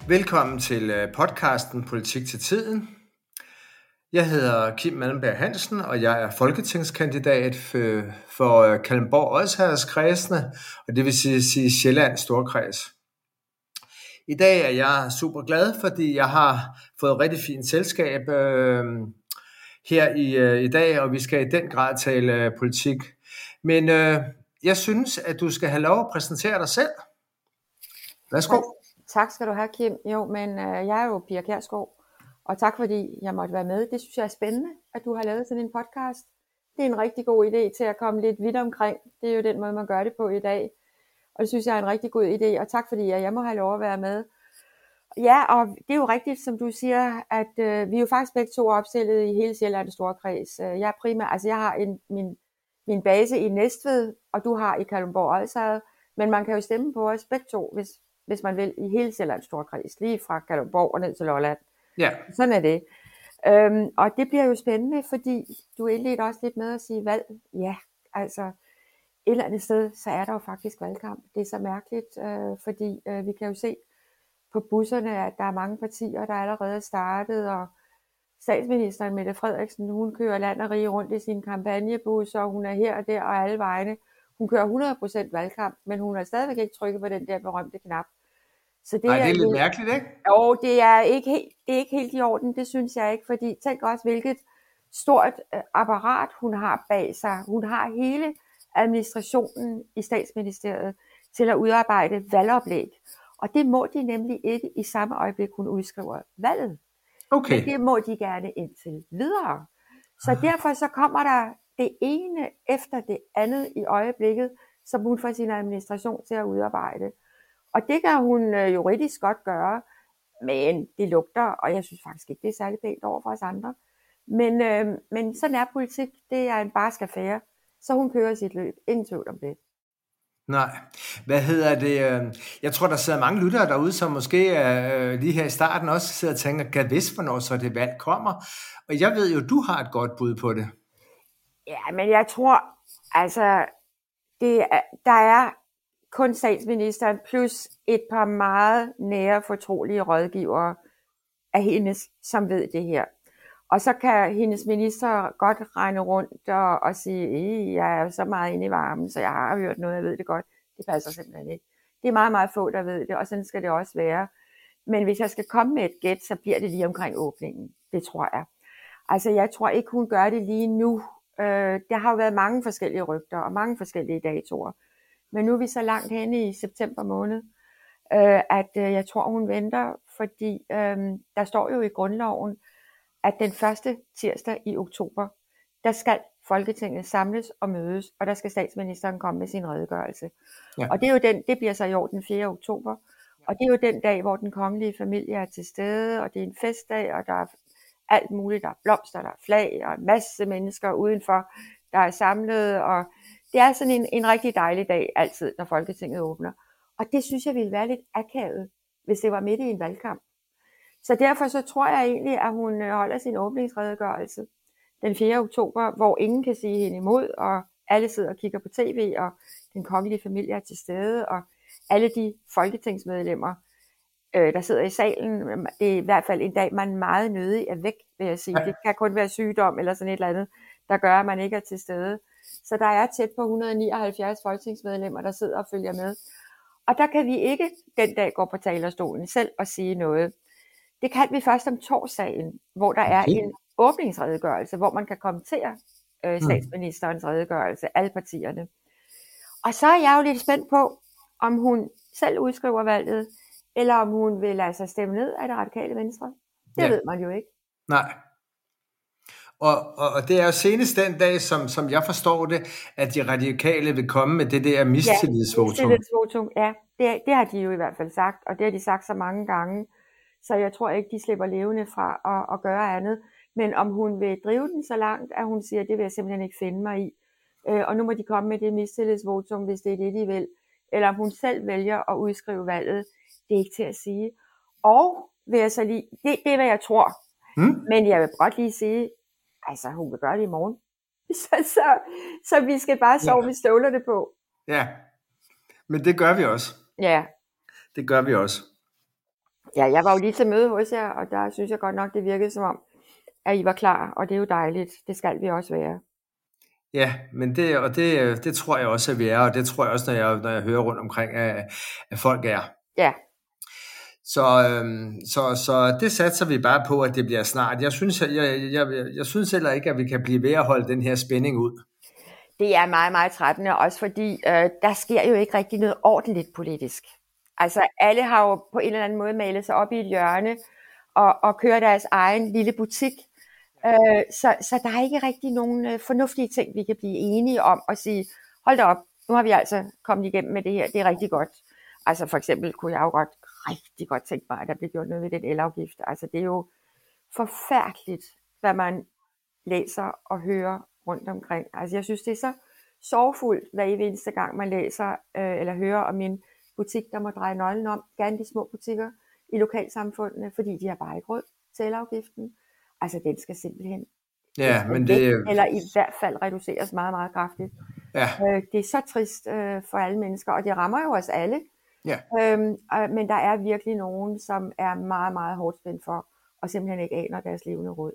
Velkommen til podcasten Politik til Tiden. Jeg hedder Kim Malmberg Hansen, og jeg er folketingskandidat for Kalundborg Odsherredskredsene, og det vil sige Sjælland Storkreds. I dag er jeg super glad, fordi jeg har fået rigtig fint selskab her i dag, og vi skal i den grad tale politik. Men jeg synes, at du skal have lov at præsentere dig selv. Værsgo. Tak skal du have, Kim. Jo, men jeg er jo Pia Kjærsgaard, og tak fordi jeg måtte være med. Det synes jeg er spændende, at du har lavet sådan en podcast. Det er en rigtig god idé til at komme lidt vidt omkring. Det er jo den måde, man gør det på i dag. Og det synes jeg er en rigtig god idé, og tak fordi jeg må have lov at være med. Ja, og det er jo rigtigt, som du siger, at vi er jo faktisk begge to opstillet i hele Sjælland Storkreds. Jeg er primært, altså jeg har min base i Næstved, og du har i Kalundborg Odsherred, men man kan jo stemme på os begge to, hvis man vil, i hele Sjælland Storkreds, lige fra Kalundborg og ned til Lolland. Ja. Sådan er det. Og det bliver jo spændende, fordi du indledte også lidt med at sige valg. Ja, altså et eller andet sted, så er der jo faktisk valgkamp. Det er så mærkeligt, fordi vi kan jo se på busserne, at der er mange partier, der allerede er startet, og statsministeren Mette Frederiksen, hun kører land og rige rundt i sin kampagnebus, og hun er her og der og alle vegne. Hun kører 100% valgkamp, men hun har stadigvæk ikke trykket på den der berømte knap. Så det er lidt mærkeligt, ikke? Jo, det er ikke helt i orden, det synes jeg ikke, fordi tænk også, hvilket stort apparat hun har bag sig. Hun har hele administrationen i statsministeriet til at udarbejde valgoplæg, og det må de nemlig ikke i samme øjeblik, hun udskriver valget. Okay. Men det må de gerne indtil videre. Så derfor så kommer der det ene efter det andet i øjeblikket, som hun får sin administration til at udarbejde. Og det kan hun juridisk godt gøre, men det lugter, og jeg synes faktisk ikke, det er særlig pænt over for os andre. Men sådan er politik, det er en barsk affære, så hun kører sit løb, ingen tvivl om det. Nej, hvad hedder det? Jeg tror, der sidder mange lyttere derude, som måske lige her i starten også sidder og tænker, kan vidst, hvornår så det valg kommer? Og jeg ved jo, du har et godt bud på det. Ja, men jeg tror, altså, der er kun statsministeren plus et par meget nære fortrolige rådgivere af hendes, som ved det her. Og så kan hendes minister godt regne rundt og sige, jeg er så meget inde i varmen, så jeg har hørt noget, jeg ved det godt. Det passer simpelthen ikke. Det er meget, meget få, der ved det, og sådan skal det også være. Men hvis jeg skal komme med et gæt, så bliver det lige omkring åbningen. Det tror jeg. Altså, jeg tror ikke, hun gør det lige nu. Der har jo været mange forskellige rygter og mange forskellige datoer. Men nu er vi så langt henne i september måned, at jeg tror, hun venter, fordi der står jo i grundloven, at den første tirsdag i oktober, der skal Folketinget samles og mødes, og der skal statsministeren komme med sin redegørelse. Ja. Og det er jo det bliver så i år den 4. oktober, og det er jo den dag, hvor den kongelige familie er til stede, og det er en festdag, og der er alt muligt, der er blomster, der er flag, og en masse mennesker udenfor, der er samlet, og det er sådan en rigtig dejlig dag altid, når Folketinget åbner. Og det synes jeg ville være lidt akavet, hvis det var midt i en valgkamp. Så derfor så tror jeg egentlig, at hun holder sin åbningsredegørelse den 4. oktober, hvor ingen kan sige hende imod, og alle sidder og kigger på tv, og den kongelige familie er til stede, og alle de folketingsmedlemmer, der sidder i salen, det er i hvert fald en dag, man meget nødig er væk, vil jeg sige. Det kan kun være sygdom eller sådan et eller andet, der gør, at man ikke er til stede. Så der er tæt på 179 folketingsmedlemmer, der sidder og følger med. Og der kan vi ikke den dag gå på talerstolen selv og sige noget. Det kan vi først om torsdagen, hvor der er en åbningsredegørelse, hvor man kan kommentere statsministerens redegørelse, alle partierne. Og så er jeg jo lidt spændt på, om hun selv udskriver valget, eller om hun vil lade sig stemme ned af det radikale venstre. Det ved man jo ikke. Nej. Og det er jo senest den dag, som jeg forstår det, at de radikale vil komme med det der mistillidsvotum. Mistillidsvotum, ja. Det har de jo i hvert fald sagt, og det har de sagt så mange gange. Så jeg tror ikke, de slipper levende fra at gøre andet. Men om hun vil drive den så langt, at hun siger, det vil jeg simpelthen ikke finde mig i. Og nu må de komme med det mistillidsvotum, hvis det er det, de vil. Eller om hun selv vælger at udskrive valget, det er ikke til at sige. Og vil jeg så lige, det er hvad jeg tror. Men jeg vil godt lige sige, altså hun vil gøre det i morgen. Så vi skal bare sove med støvlerne på. Ja, men det gør vi også. Ja. Det gør vi også. Ja, jeg var jo lige til møde hos jer, og der synes jeg godt nok, det virkede som om, at I var klar, og det er jo dejligt. Det skal vi også være. Ja, men det tror jeg også, at vi er, og det tror jeg også, når jeg hører rundt omkring, at folk er. Ja, Så det satser vi bare på, at det bliver snart. Jeg synes heller ikke, at vi kan blive ved at holde den her spænding ud. det er meget, meget trættende, også fordi der sker jo ikke rigtig noget ordentligt politisk. Altså alle har jo på en eller anden måde malet sig op i et hjørne og kører deres egen lille butik. Så der er ikke rigtig nogen fornuftige ting, vi kan blive enige om og sige, hold da op, nu har vi altså kommet igennem med det her, det er rigtig godt. Altså for eksempel kunne jeg jo rigtig godt tænke mig, at der bliver gjort noget ved den elafgift. Altså det er jo forfærdeligt, hvad man læser og hører rundt omkring. Altså jeg synes, det er så sorgfuldt, hver eneste gang man læser eller hører om en butik, der må dreje nøglen om, gerne de små butikker i lokalsamfundene, fordi de har bare ikke råd til elafgiften. Altså den skal simpelthen eller i hvert fald reduceres meget, meget kraftigt. Ja. Det er så trist for alle mennesker, og det rammer jo os alle. Ja. Men der er virkelig nogen, som er meget, meget hårdt spændt for, og simpelthen ikke aner deres levende råd.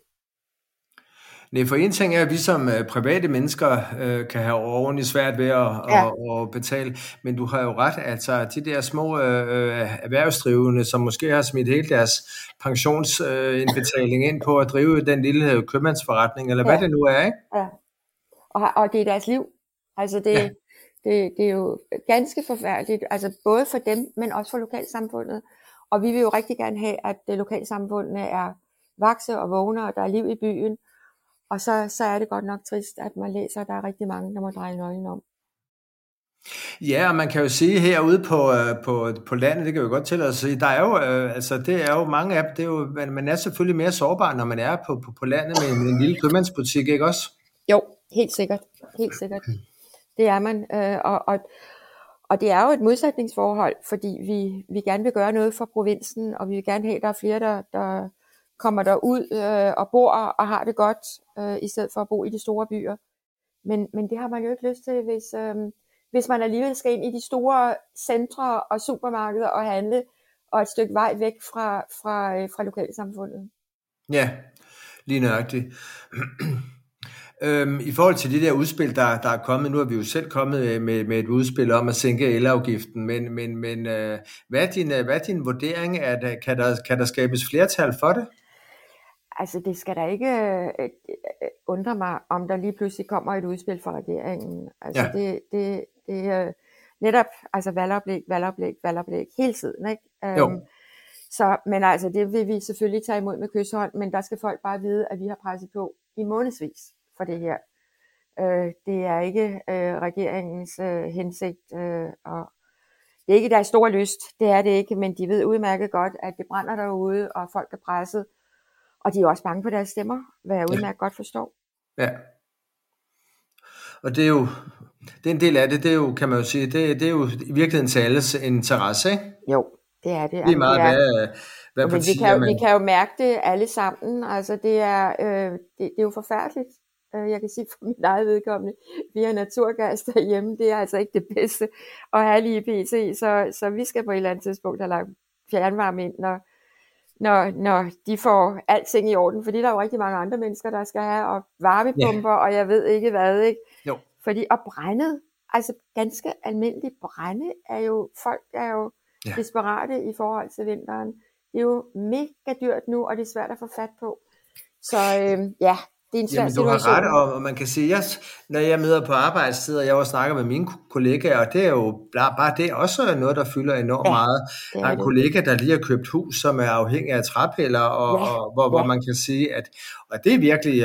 Nej, for en ting er, at vi som private mennesker kan have ordentligt svært ved at betale, men du har jo ret, altså de der små erhvervsdrivende, som måske har smidt hele deres pensionsindbetaling ind på at drive den lille købmandsforretning, eller hvad det nu er, ikke? Ja, og det er deres liv. Altså det er jo ganske forfærdeligt, altså både for dem, men også for lokalsamfundet. Og vi vil jo rigtig gerne have, at lokalsamfundene er vakse og vågne, og der er liv i byen. Og så er det godt nok trist, at man læser, at der er rigtig mange, der må dreje nøglen om. Ja, og man kan jo sige herude på landet, det kan vi godt til at sige, der er jo, det er jo mange af dem, det er jo, man er selvfølgelig mere sårbar, når man er på landet med en lille købmandsbutik, ikke også? Jo, helt sikkert. Helt sikkert. Det er man, og det er jo et modsætningsforhold, fordi vi gerne vil gøre noget for provinsen, og vi vil gerne have, at der er flere, der kommer derud og bor og har det godt, i stedet for at bo i de store byer. Men det har man jo ikke lyst til, hvis man alligevel skal ind i de store centre og supermarkeder og handle, og et stykke vej væk fra lokalsamfundet. Ja, lige nøjagtigt. I forhold til de der udspil, der er kommet, nu er vi jo selv kommet med et udspil om at sænke elafgiften, men hvad er din vurdering? Kan der skabes flertal for det? Altså det skal da ikke undre mig, om der lige pludselig kommer et udspil fra regeringen. Altså det er netop altså valgoplæg hele tiden, ikke? Men altså det vil vi selvfølgelig tage imod med kyshånd, men der skal folk bare vide, at vi har presset på i månedsvis for det her. Det er ikke regeringens hensigt, og det er ikke deres store lyst, det er det ikke, men de ved udmærket godt, at det brænder derude, og folk er presset, og de er også bange på deres stemmer, hvad jeg udmærket godt forstår. Ja. Og det er jo, det er en del af det, det er jo, kan man jo sige, det er jo i virkeligheden til alles interesse, ikke? Jo, det er det. Det er meget, hvad partier vi kan jo mærke det alle sammen, altså det er jo forfærdeligt. Jeg kan sige for mit eget vedkommende, vi har naturgas derhjemme, det er altså ikke det bedste at have lige pt, så vi skal på et eller andet tidspunkt have lagt fjernvarme ind, når de får alting i orden, fordi der er jo rigtig mange andre mennesker, der skal have, og varmepumper, og jeg ved ikke hvad, ikke? Jo. Fordi, og brændet, altså ganske almindeligt brænde, folk er jo desperate i forhold til vinteren. Det er jo mega dyrt nu, og det er svært at få fat på. Så det er en svær situation. Du har ret, og man kan sige, når jeg møder på arbejdstid, og jeg også snakker med mine kollegaer, og det er jo bare det er også noget, der fylder enormt meget. Der er en kollega, der lige har købt hus, som er afhængig af træpiller, og hvor man kan sige, at og det er virkelig,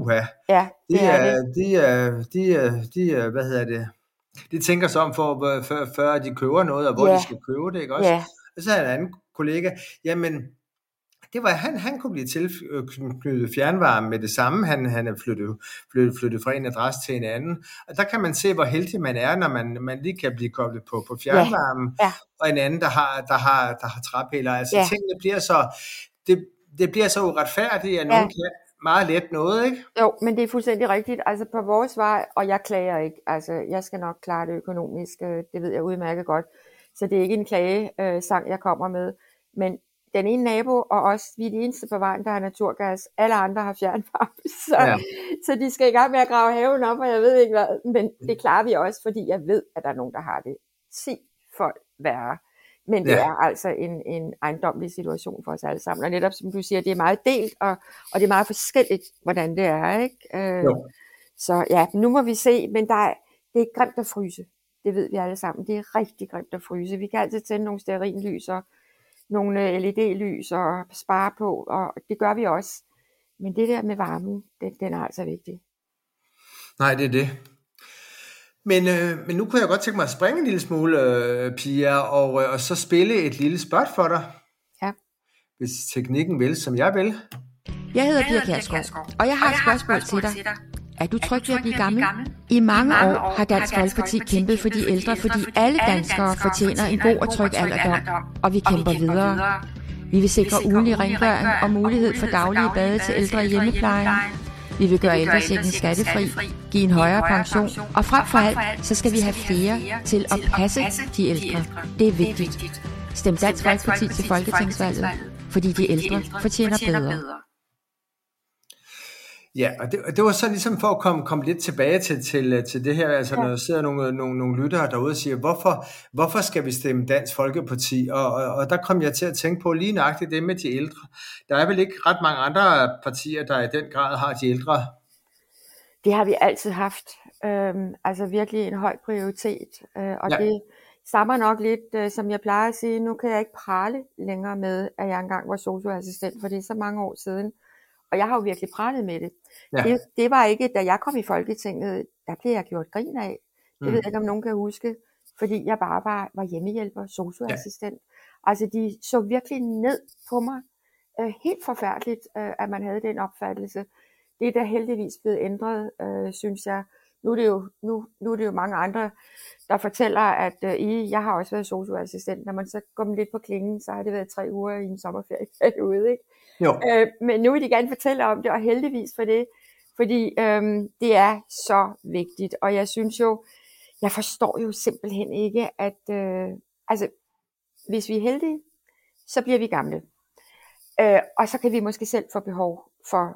de tænker sig om før de køber noget, og hvor de skal købe det, ikke også? Og så er en anden kollega, jamen, det var, han kunne blive tilknyttet fjernvarme med det samme. Han er flyttet fra en adresse til en anden. Og der kan man se, hvor heldig man er, når man lige kan blive koblet på fjernvarmen, og en anden, der har træpiller. Altså tingene bliver så, det bliver så uretfærdigt, at nogen kan meget let noget, ikke? Jo, men det er fuldstændig rigtigt. Altså på vores vej, og jeg klager ikke. Altså jeg skal nok klare det økonomisk, det ved jeg udmærket godt. Så det er ikke en klagesang, jeg kommer med. Men den ene nabo og os, vi er de eneste på vejen, der har naturgas. Alle andre har fjernvarme, så de skal i gang med at grave haven op, og jeg ved ikke hvad. Men det klarer vi også, fordi jeg ved, at der er nogen, der har det 10 folk værre. Men det er altså en ejendommelig situation for os alle sammen. Og netop som du siger, det er meget delt, og det er meget forskelligt, hvordan det er, ikke? Så ja, nu må vi se, men det er grimt at fryse. Det ved vi alle sammen. Det er rigtig grimt at fryse. Vi kan altid tænde nogle stearinlys og nogle LED-lys og spare på, og det gør vi også. Men det der med varmen, den er altså vigtig. Nej, det er det. Men nu kunne jeg godt tænke mig at springe en lille smule, Pia, og så spille et lille spot for dig. Ja. Hvis teknikken vil, som jeg vil. Jeg hedder Pia Kjærsgaard, og jeg har et spørgsmål til dig. Er du tryg ved at blive gammel? I mange år har Dansk Folkeparti kæmpet for de ældre, fordi alle danskere fortjener en god og tryg alderdom, og vi kæmper videre. Vi vil sikre ugentlig rengøring og mulighed for daglige bade til ældre i hjemmeplejen. Vi vil gøre ældrechecken skattefri, give en højere pension, og frem for alt, så skal vi have flere til at passe de ældre. Det er vigtigt. Stem Dansk Folkeparti til folketingsvalget, fordi de ældre fortjener bedre. Ja, og det var så ligesom for at komme lidt tilbage til det her, altså når der sidder nogle lyttere derude og siger, hvorfor skal vi stemme Dansk Folkeparti? Og der kom jeg til at tænke på lige nøjagtigt det med de ældre. Der er vel ikke ret mange andre partier, der i den grad har de ældre? Det har vi altid haft. Altså virkelig en høj prioritet. Og det stammer nok lidt, som jeg plejer at sige, nu kan jeg ikke prale længere med, at jeg engang var sosu-assistent, for det er så mange år siden. Og jeg har jo virkelig pralet med det. Ja. Det var ikke, da jeg kom i Folketinget, der blev jeg gjort grin af. Det ved jeg ikke, om nogen kan huske, fordi jeg bare var hjemmehjælper, sosu-assistent. Altså, de så virkelig ned på mig. Helt forfærdeligt, at man havde den opfattelse. Det er da heldigvis blevet ændret, synes jeg. Nu er det jo mange andre, der fortæller, at jeg har også været sosu-assistent. Når man så går lidt på klingen, så har det været 3 uger i en sommerferieperiode, ikke? Jo. Men nu vil de gerne fortælle om det, og heldigvis for det, fordi det er så vigtigt. Og jeg synes jo, jeg forstår jo simpelthen ikke, at altså, hvis vi er heldige, så bliver vi gamle. Og så kan vi måske selv få behov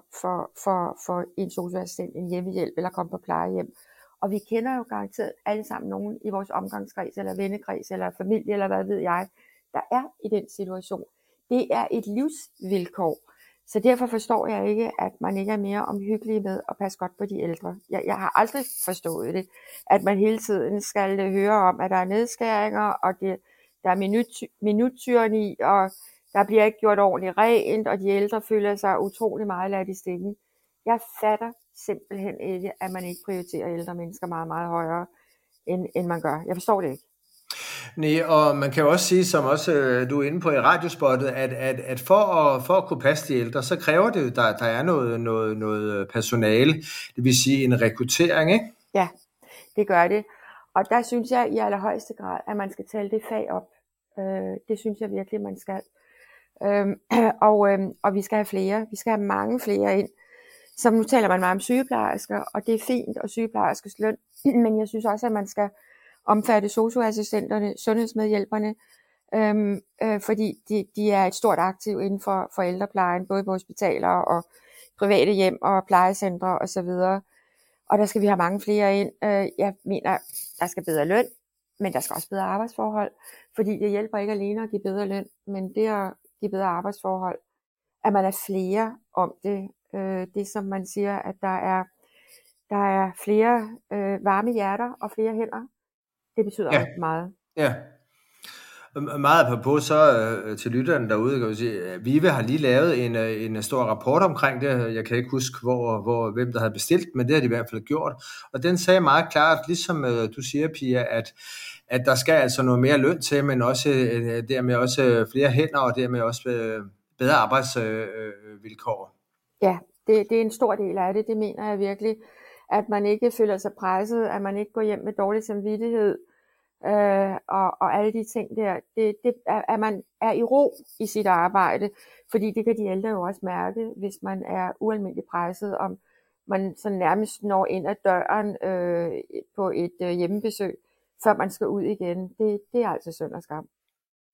for en sosu-assistent, en hjemmehjælp, eller komme på plejehjem. Og vi kender jo garanteret alle sammen nogen i vores omgangskreds, eller vennekreds, eller familie, eller hvad ved jeg, der er i den situation. Det er et livsvilkår. Så derfor forstår jeg ikke, at man ikke er mere omhyggelig med at passe godt på de ældre. Jeg har aldrig forstået det, at man hele tiden skal høre om, at der er nedskæringer, og der er minuttyranni, og der bliver ikke gjort ordentligt rent, og de ældre føler sig utrolig meget ladt i stikken. Jeg fatter simpelthen ikke, at man ikke prioriterer ældre mennesker meget, meget højere, end man gør. Jeg forstår det ikke. Nej, og man kan jo også sige, som også du er inde på i radiospottet, at for at kunne passe de ældre, så kræver det, der er noget personale, det vil sige en rekruttering, ikke? Ja, det gør det. Og der synes jeg i allerhøjeste grad, at man skal tale det fag op. Det synes jeg virkelig, man skal. Og vi skal have flere. Vi skal have mange flere ind. Som nu taler man meget om sygeplejersker, og det er fint, og sygeplejerskers løn. Men jeg synes også, at man skal omfatte sosu-assistenterne, sundhedsmedhjælperne, fordi de er et stort aktiv inden for ældreplejen, både på hospitaler og private hjem og plejecentre osv. Og der skal vi have mange flere ind. Jeg mener, der skal bedre løn, men der skal også bedre arbejdsforhold, fordi det hjælper ikke alene at give bedre løn, men det at give bedre arbejdsforhold, at man er flere om det. Det som man siger, at der er flere varme hjerter og flere hænder. Det betyder også meget. Ja. Meget på så til lytterne derude, kan vi sige, Vive har lige lavet en stor rapport omkring det. Jeg kan ikke huske, hvem der havde bestilt, men det har de i hvert fald gjort. Og den sagde meget klart, ligesom du siger, Pia, at der skal altså noget mere løn til, men også dermed også flere hænder, og dermed også bedre arbejdsvilkår. Ja, det er en stor del af det. Det mener jeg virkelig, at man ikke føler sig presset, at man ikke går hjem med dårlig samvittighed, og alle de ting der, at man er i ro i sit arbejde, fordi det kan de ældre jo også mærke, hvis man er ualmindeligt presset, om man så nærmest når ind ad døren på et hjemmebesøg, før man skal ud igen. Det er altså synd og skam.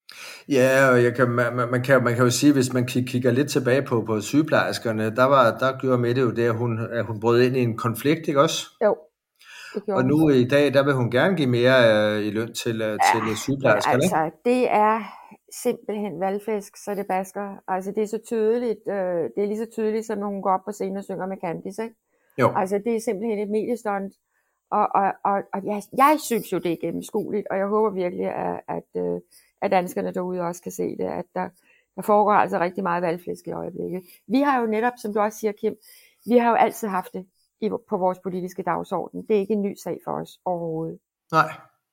Ja, og man kan jo sige, hvis man kigger lidt tilbage på sygeplejerskerne, der gjorde Mette jo det, at hun brød ind i en konflikt, ikke også? Jo, det gjorde Og hun. nu i dag, der vil hun gerne give mere i løn til sygeplejerskerne, ikke? Altså, det er simpelthen valgflæsk, så det basker. Altså, det er så tydeligt, det er lige så tydeligt, som når hun går op på scenen og synger med Candice, ikke? Jo. Altså, det er simpelthen et mediestunt, og jeg synes jo, det er gennemskueligt, og jeg håber virkelig, at danskerne derude også kan se det, at der foregår altså rigtig meget valgflæsk i øjeblikket. Vi har jo netop, som du også siger, Kim, vi har jo altid haft det på vores politiske dagsorden. Det er ikke en ny sag for os overhovedet. Nej.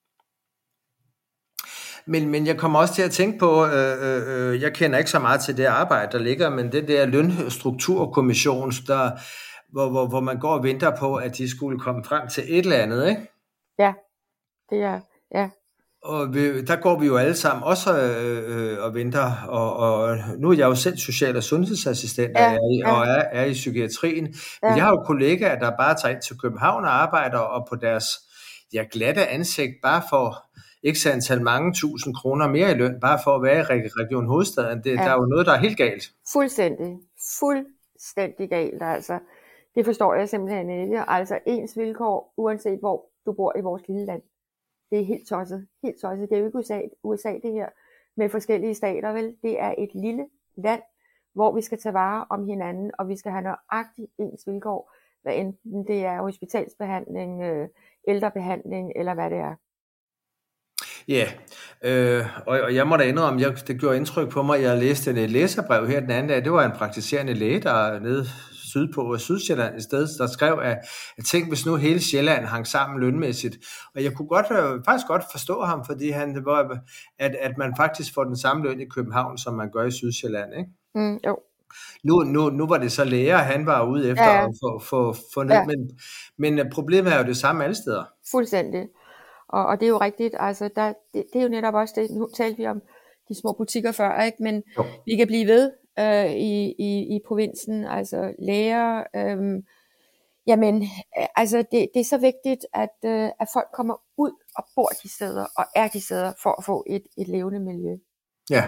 Men jeg kommer også til at tænke på, jeg kender ikke så meget til det arbejde, der ligger, men det der lønstrukturkommission, hvor man går og venter på, at de skulle komme frem til et eller andet, ikke? Ja, det er, ja. Og der går vi jo alle sammen også og venter, og nu er jeg jo selv social- og sundhedsassistent, og er i psykiatrien. Men jeg har jo kollegaer, der bare tager ind til København og arbejder, og på deres glatte ansigt, bare for x antal mange tusind kroner mere i løn, bare for at være i Region Hovedstaden. Der er jo noget, der er helt galt. Fuldstændig galt, altså. Det forstår jeg simpelthen ikke. Altså ens vilkår, uanset hvor du bor i vores lille land. Det er helt tosset. Helt tosset. Det er jo ikke USA det her med forskellige stater, vel? Det er et lille land, hvor vi skal tage vare om hinanden, og vi skal have nøjagtigt ens vilkår, hvad enten det er hospitalsbehandling, ældrebehandling, eller hvad det er. Ja, og jeg må da indrømme, det gjorde indtryk på mig, jeg læste et læserbrev her den anden dag, det var en praktiserende læge, der er nede sydpå Sydsjælland i stedet, der skrev, at tænk, hvis nu hele Sjælland hang sammen lønmæssigt. Og jeg kunne faktisk godt forstå ham, fordi at man faktisk får den samme løn i København, som man gør i Sydsjælland, ikke? Jo. Nu var det så læger, han var ude efter at få ned, men problemet er jo det samme alle steder. Fuldstændig. Og det er jo rigtigt, altså det er jo netop også det, nu talte vi om de små butikker før, ikke? Men vi kan blive ved i provinsen, altså læger, jamen, altså det er så vigtigt, at folk kommer ud og bor de steder, og er de steder, for at få et levende miljø. Ja.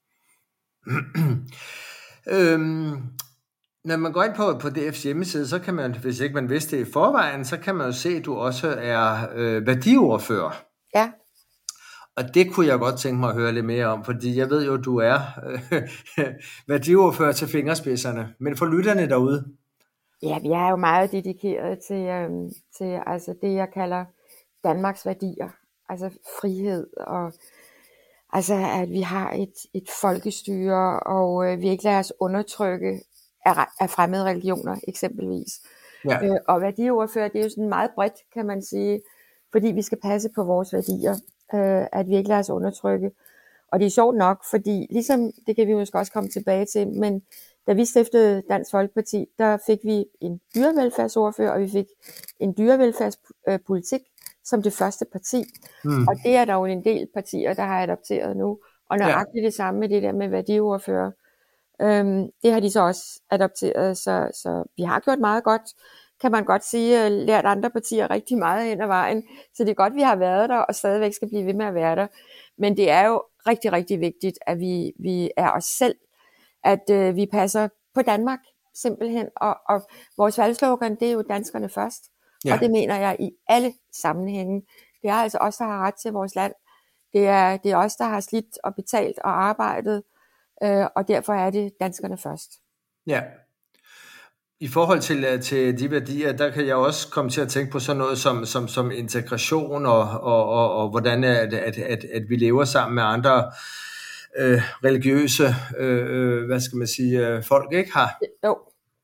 Når man går ind på DF's hjemmeside, så kan man, hvis ikke man vidste det i forvejen, så kan man jo se, at du også er værdiordfører. Ja. Og det kunne jeg godt tænke mig at høre lidt mere om, fordi jeg ved jo, at du er værdiordfører til fingerspidserne. Men for lytterne derude? Ja, vi er jo meget dedikeret til altså det, jeg kalder Danmarks værdier. Altså frihed, og altså at vi har et folkestyre, og vi ikke lader os undertrykke af fremmede religioner eksempelvis. Ja. Og værdiordfører, det er jo sådan meget bredt, kan man sige, fordi vi skal passe på vores værdier, at vi ikke lader os undertrykke. Og det er sjovt nok, fordi ligesom, det kan vi måske også komme tilbage til, men da vi stiftede Dansk Folkeparti, der fik vi en dyrevelfærdsordfører, og vi fik en dyrevelfærdspolitik som det første parti. Og det er der jo en del partier, der har adopteret nu. Og nøjagtigt det samme med det der med værdiordfører. Det har de så også adopteret, så vi har gjort meget godt, kan man godt sige, lært andre partier rigtig meget hen ad vejen, så det er godt, vi har været der, og stadigvæk skal blive ved med at være der, men det er jo rigtig, rigtig vigtigt, at vi er os selv, at vi passer på Danmark, simpelthen, og vores valgslogan, det er jo danskerne først, og det mener jeg i alle sammenhænge. Det er altså os, der har ret til vores land, det er os, der har slidt og betalt og arbejdet, og derfor er det danskerne først. Ja. I forhold til de værdier, der kan jeg også komme til at tænke på sådan noget som integration og hvordan at vi lever sammen med andre religiøse, hvad skal man sige, folk, ikke har. Jo.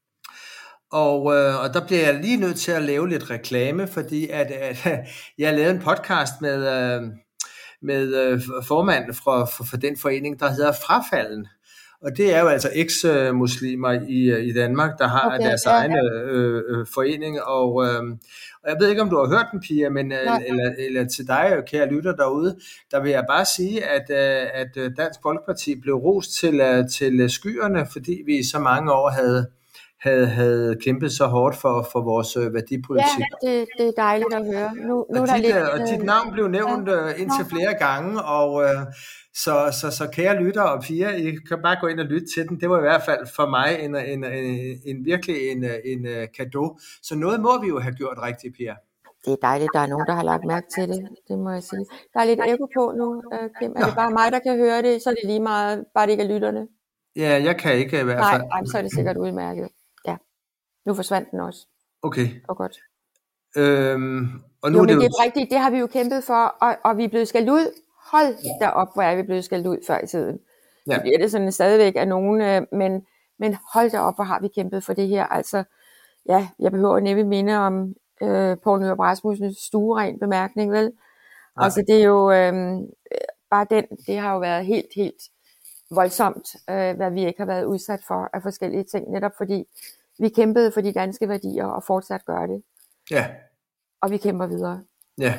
Og der bliver jeg lige nødt til at lave lidt reklame, fordi at jeg har lavet en podcast med formanden for den forening, der hedder Frafalden. Og det er jo altså eks-muslimer i Danmark, der har deres egen forening. Og jeg ved ikke, om du har hørt den, Pia, men eller til dig, kære lytter derude, der vil jeg bare sige, at Dansk Folkeparti blev rost til skyerne, fordi vi i så mange år havde kæmpet så hårdt for vores værdipolitik. Ja, det er dejligt at høre. Nu og, der lidt, og dit navn blev nævnt indtil flere gange, og så kære lyttere og piger, I kan bare gå ind og lytte til den. Det var i hvert fald for mig en virkelig en cadeau. Så noget må vi jo have gjort rigtigt, Pia. Det er dejligt, der er nogen, der har lagt mærke til det, det må jeg sige. Der er lidt ekko på nu, Kim. Er det bare mig, der kan høre det? Så er det lige meget, bare det ikke er lytterne. Ja, jeg kan ikke i hvert fald. Nej, så er det sikkert udmærket. Ja, nu forsvandt den også. Okay. Og godt. Og nu men det er rigtigt, det har vi jo kæmpet for, og vi er blevet skældt ud. Hold da op, hvor er vi blevet skældt ud før i tiden. Ja. Det er det sådan stadigvæk af nogen, men hold da op, hvor har vi kæmpet for det her. Altså, ja, jeg behøver næppe minde om Poul Nyrup Rasmussens stueren bemærkning, vel? Nej. Altså, det er jo bare det har jo været helt voldsomt, hvad vi ikke har været udsat for af forskellige ting, netop fordi vi kæmpede for de danske værdier og fortsat gør det. Ja. Og vi kæmper videre. Ja.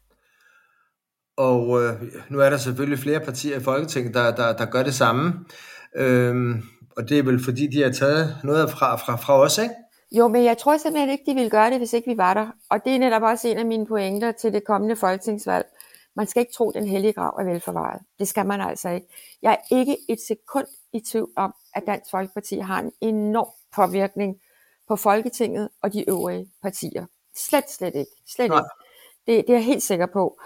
Og nu er der selvfølgelig flere partier i Folketinget, der gør det samme. Og det er vel fordi, de har taget noget fra os, ikke? Jo, men jeg tror simpelthen ikke, de ville gøre det, hvis ikke vi var der. Og det er netop også en af mine pointer til det kommende folketingsvalg. Man skal ikke tro, den hellige grav er velforvaret. Det skal man altså ikke. Jeg er ikke et sekund i tvivl om, at Dansk Folkeparti har en enorm påvirkning på Folketinget og de øvrige partier. Slet ikke. Slet ikke. Det er jeg helt sikker på.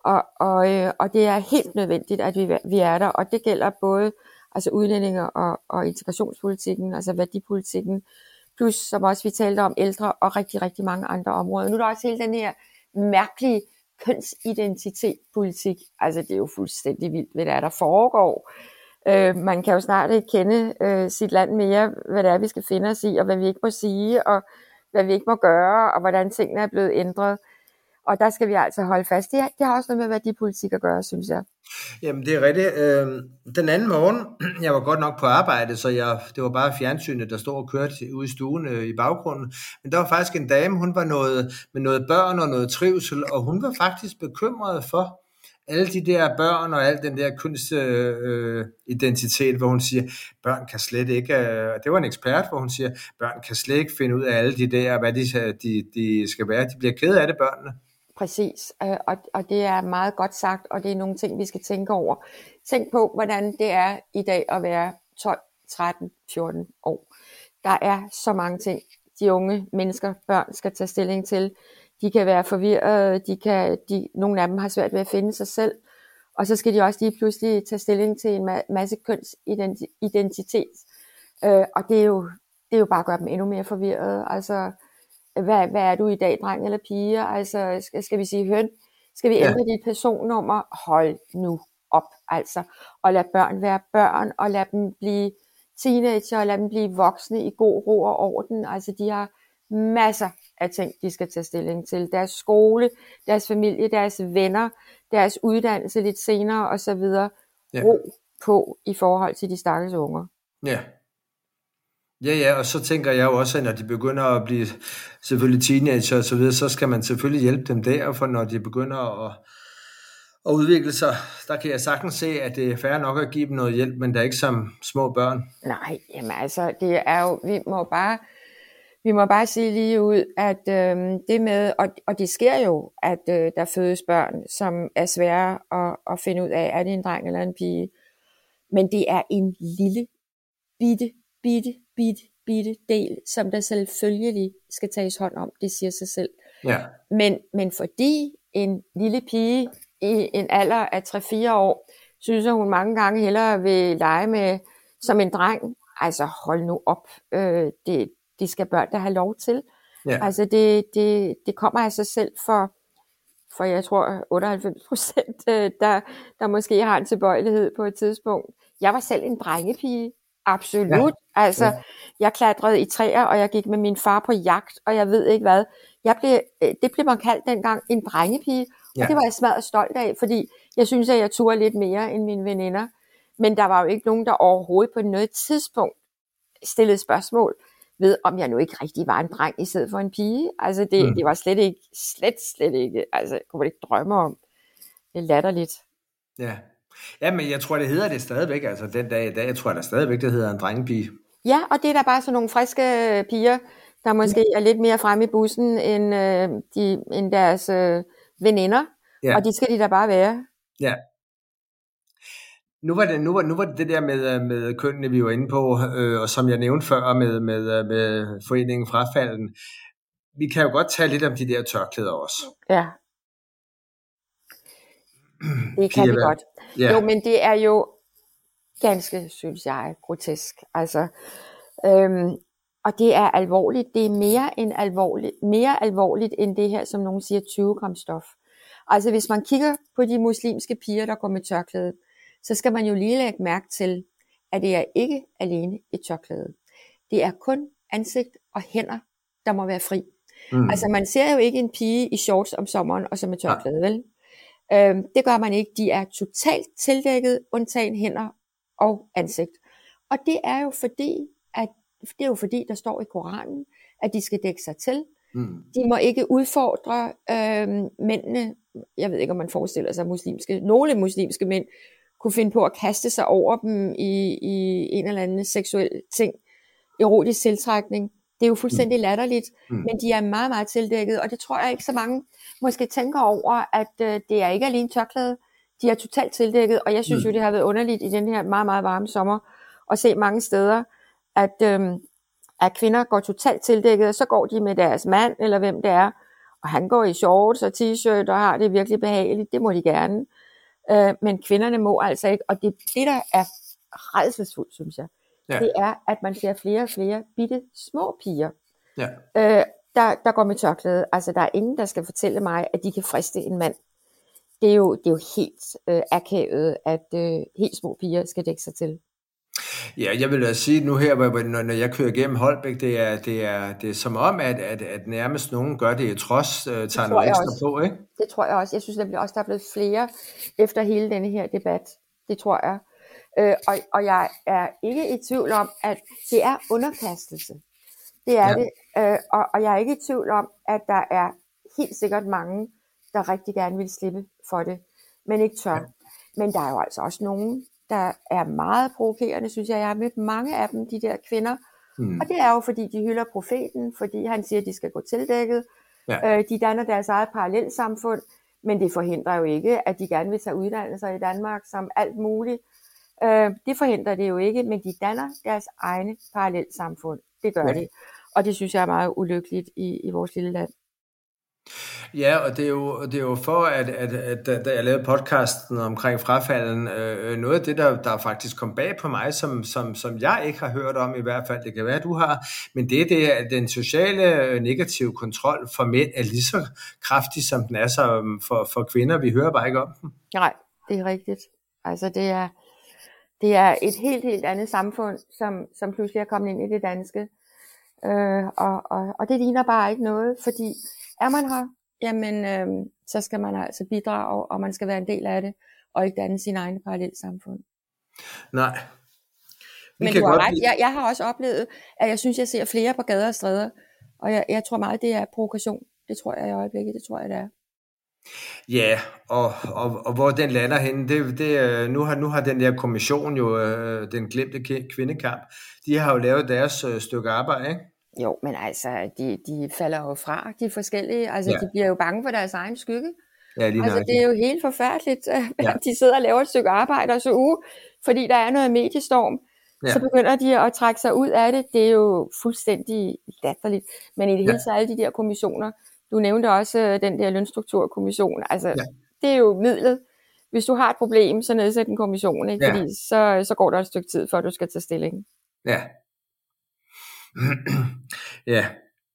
Og det er helt nødvendigt, at vi er der. Og det gælder både altså udlændinge og integrationspolitikken, altså værdipolitikken, plus som også vi talte om ældre og rigtig, rigtig mange andre områder. Nu er der også hele den her mærkelige kønsidentitetspolitik. Altså det er jo fuldstændig vildt, hvad der foregår. Man kan jo snart ikke kende sit land mere, hvad det er, vi skal finde os i, og hvad vi ikke må sige, og hvad vi ikke må gøre, og hvordan tingene er blevet ændret. Og der skal vi altså holde fast. Det har også noget med værdipolitik at gøre, synes jeg. Jamen, det er rigtigt. Den anden morgen, jeg var godt nok på arbejde, så det var bare fjernsynet, der stod og kørte ude i stuen i baggrunden. Men der var faktisk en dame, hun var med noget børn og noget trivsel, og hun var faktisk bekymret for alle de der børn og al den der kønsidentitet, hvor hun siger, børn kan slet ikke, det var en ekspert, hvor hun siger, børn kan slet ikke finde ud af alle de der, hvad de skal være. De bliver kede af det, børnene. Præcis, og det er meget godt sagt, og det er nogle ting, vi skal tænke over. Tænk på, hvordan det er i dag at være 12, 13, 14 år. Der er så mange ting, de unge mennesker, børn skal tage stilling til. De kan være forvirrede, nogle af dem har svært ved at finde sig selv, og så skal de også lige pludselig tage stilling til en masse kønsidentitet. Og det er jo bare at gøre dem endnu mere forvirrede. Altså, hvad er du i dag, dreng eller pige? Altså, skal vi sige høn? Skal vi ændre dit personnummer? Hold nu op, altså. Og lad børn være børn, og lad dem blive teenager, og lad dem blive voksne i god ro og orden. Altså, de har masser af ting, de skal tage stilling til. Deres skole, deres familie, deres venner, deres uddannelse lidt senere, og så videre. Ro på i forhold til de stakkels unger. Ja. Ja, og så tænker jeg jo også, at når de begynder at blive selvfølgelig teenager og så videre, så skal man selvfølgelig hjælpe dem der, for når de begynder at udvikle sig, der kan jeg sagtens se, at det er fair nok at give dem noget hjælp, men der er ikke som små børn. Nej, jamen altså, det er jo, vi må bare sige lige ud, at det med, og det sker jo, at der fødes børn, som er svære at finde ud af, er det en dreng eller en pige, men det er en lille, bitte del, som der selvfølgelig skal tages hånd om, det siger sig selv. Ja. Men fordi en lille pige i en alder af 3-4 år, synes hun mange gange hellere vil lege med som en dreng, altså hold nu op, det skal børn der have lov til. Ja. Altså det kommer af sig selv for jeg tror 98%, der måske har en tilbøjelighed på et tidspunkt. Jeg var selv en drengepige. Absolut. Ja. Altså, jeg klatrede i træer, og jeg gik med min far på jagt, og jeg ved ikke hvad. Det blev man kaldt dengang en drengepige, og det var jeg smadret stolt af, fordi jeg synes, at jeg turde lidt mere end mine veninder. Men der var jo ikke nogen, der overhovedet på noget tidspunkt stillede spørgsmål ved, om jeg nu ikke rigtig var en dreng i stedet for en pige. Altså, det var slet ikke, altså, jeg kunne ikke drømme om. Det er latterligt. Ja. Ja, men jeg tror, det hedder det stadigvæk, altså den dag i dag, jeg tror da stadigvæk, det hedder en drengepige. Ja, og det er der bare sådan nogle friske piger, der måske er lidt mere fremme i bussen end deres veninder, og det skal de da bare være. Ja. Nu var det der med kønnene, vi var inde på, og som jeg nævnte før med foreningen Frafalden. Vi kan jo godt tale lidt om de der tørklæder også. Ja. Det kan vi godt. Ja. Jo, men det er jo ganske, synes jeg, grotesk. Altså, og det er alvorligt. Det er mere alvorligt end det her, som nogen siger, 20 gram stof. Altså, hvis man kigger på de muslimske piger, der går med tørklæde, så skal man jo lige lægge mærke til, at det er ikke alene et tørklæde. Det er kun ansigt og hænder, der må være fri. Altså, man ser jo ikke en pige i shorts om sommeren, og så med tørklæde, vel? Det gør man ikke. De er totalt tildækket, undtagen hænder og ansigt. Og det er jo fordi, der står i Koranen, at de skal dække sig til. De må ikke udfordre mændene. Jeg ved ikke, om man forestiller sig nogle muslimske mænd kunne finde på at kaste sig over dem i en eller anden seksuel ting, erotisk tiltrækning. Det er jo fuldstændig latterligt, men de er meget, meget tildækket, og det tror jeg ikke så mange måske tænker over, at det er ikke alene tørklæde. De er totalt tildækket, og jeg synes jo, det har været underligt i den her meget, meget varme sommer at se mange steder, at kvinder går totalt tildækket, og så går de med deres mand, eller hvem det er, og han går i shorts og t-shirt og har det virkelig behageligt. Det må de gerne. Men kvinderne må altså ikke, og det der er rædselsfuldt, synes jeg, det er, at man ser flere og flere bitte små piger, der går med tørklæde. Altså, der er ingen, der skal fortælle mig, at de kan friste en mand. Det er jo helt akavet, at helt små piger skal dække sig til. Ja, jeg vil da sige nu her, når jeg kører igennem Holbæk, det er som om, at nærmest nogen gør det i trods, tager noget ekstra på, ikke? Det tror jeg også. Jeg synes nemlig også, der er blevet flere efter hele denne her debat. Det tror jeg. Og jeg er ikke i tvivl om, at det er underkastelse. Det er det. Og jeg er ikke i tvivl om, at der er helt sikkert mange, der rigtig gerne vil slippe for det, men ikke tør. Men der er jo altså også nogen, der er meget provokerende, synes jeg. Jeg har mødt mange af dem, de der kvinder. Og det er jo, fordi de hylder profeten, fordi han siger, at de skal gå tildækket. De danner deres eget parallelsamfund, men det forhindrer jo ikke, at de gerne vil tage uddannelser i Danmark som alt muligt. Det forhindrer det jo ikke, men de danner deres egne parallelsamfund. Det gør de. Og det synes jeg er meget ulykkeligt i vores lille land. Ja, og det er jo for, at da jeg lavede podcasten omkring frafalden, noget af det, der faktisk kom bag på mig, som jeg ikke har hørt om i hvert fald, det kan være, at du har, men det er, at den sociale negative kontrol for mænd er lige så kraftig, som den er for kvinder. Vi hører bare ikke om den. Nej, det er rigtigt. Altså, det er et helt andet samfund, som pludselig er kommet ind i det danske. Og det ligner bare ikke noget, fordi er man her, jamen så skal man altså bidrage, og man skal være en del af det, og ikke danne sin egen parallelsamfund. Nej. Men du har ret. Jeg har også oplevet, at jeg synes, jeg ser flere på gader og stræder, og jeg tror meget, det er provokation. Det tror jeg i øjeblikket, det tror jeg, det er. Ja, og hvor den lander henne, nu har den der kommission jo, den glemte kvindekamp, de har jo lavet deres stykke arbejde, ikke? Jo, men altså, de falder jo fra, de forskellige, altså de bliver jo bange for deres egen skygge. Ja, altså det er jo helt forfærdeligt, at de sidder og laver et stykke arbejde, og så fordi der er noget mediestorm, så begynder de at trække sig ud af det. Det er jo fuldstændig latterligt. Men i det hele taget alle de der kommissioner, du nævnte også den der lønstrukturkommission, altså det er jo midlet. Hvis du har et problem, så nedsæt en kommission, ikke? Fordi så går der et stykke tid, før du skal tage stilling. Ja. Ja.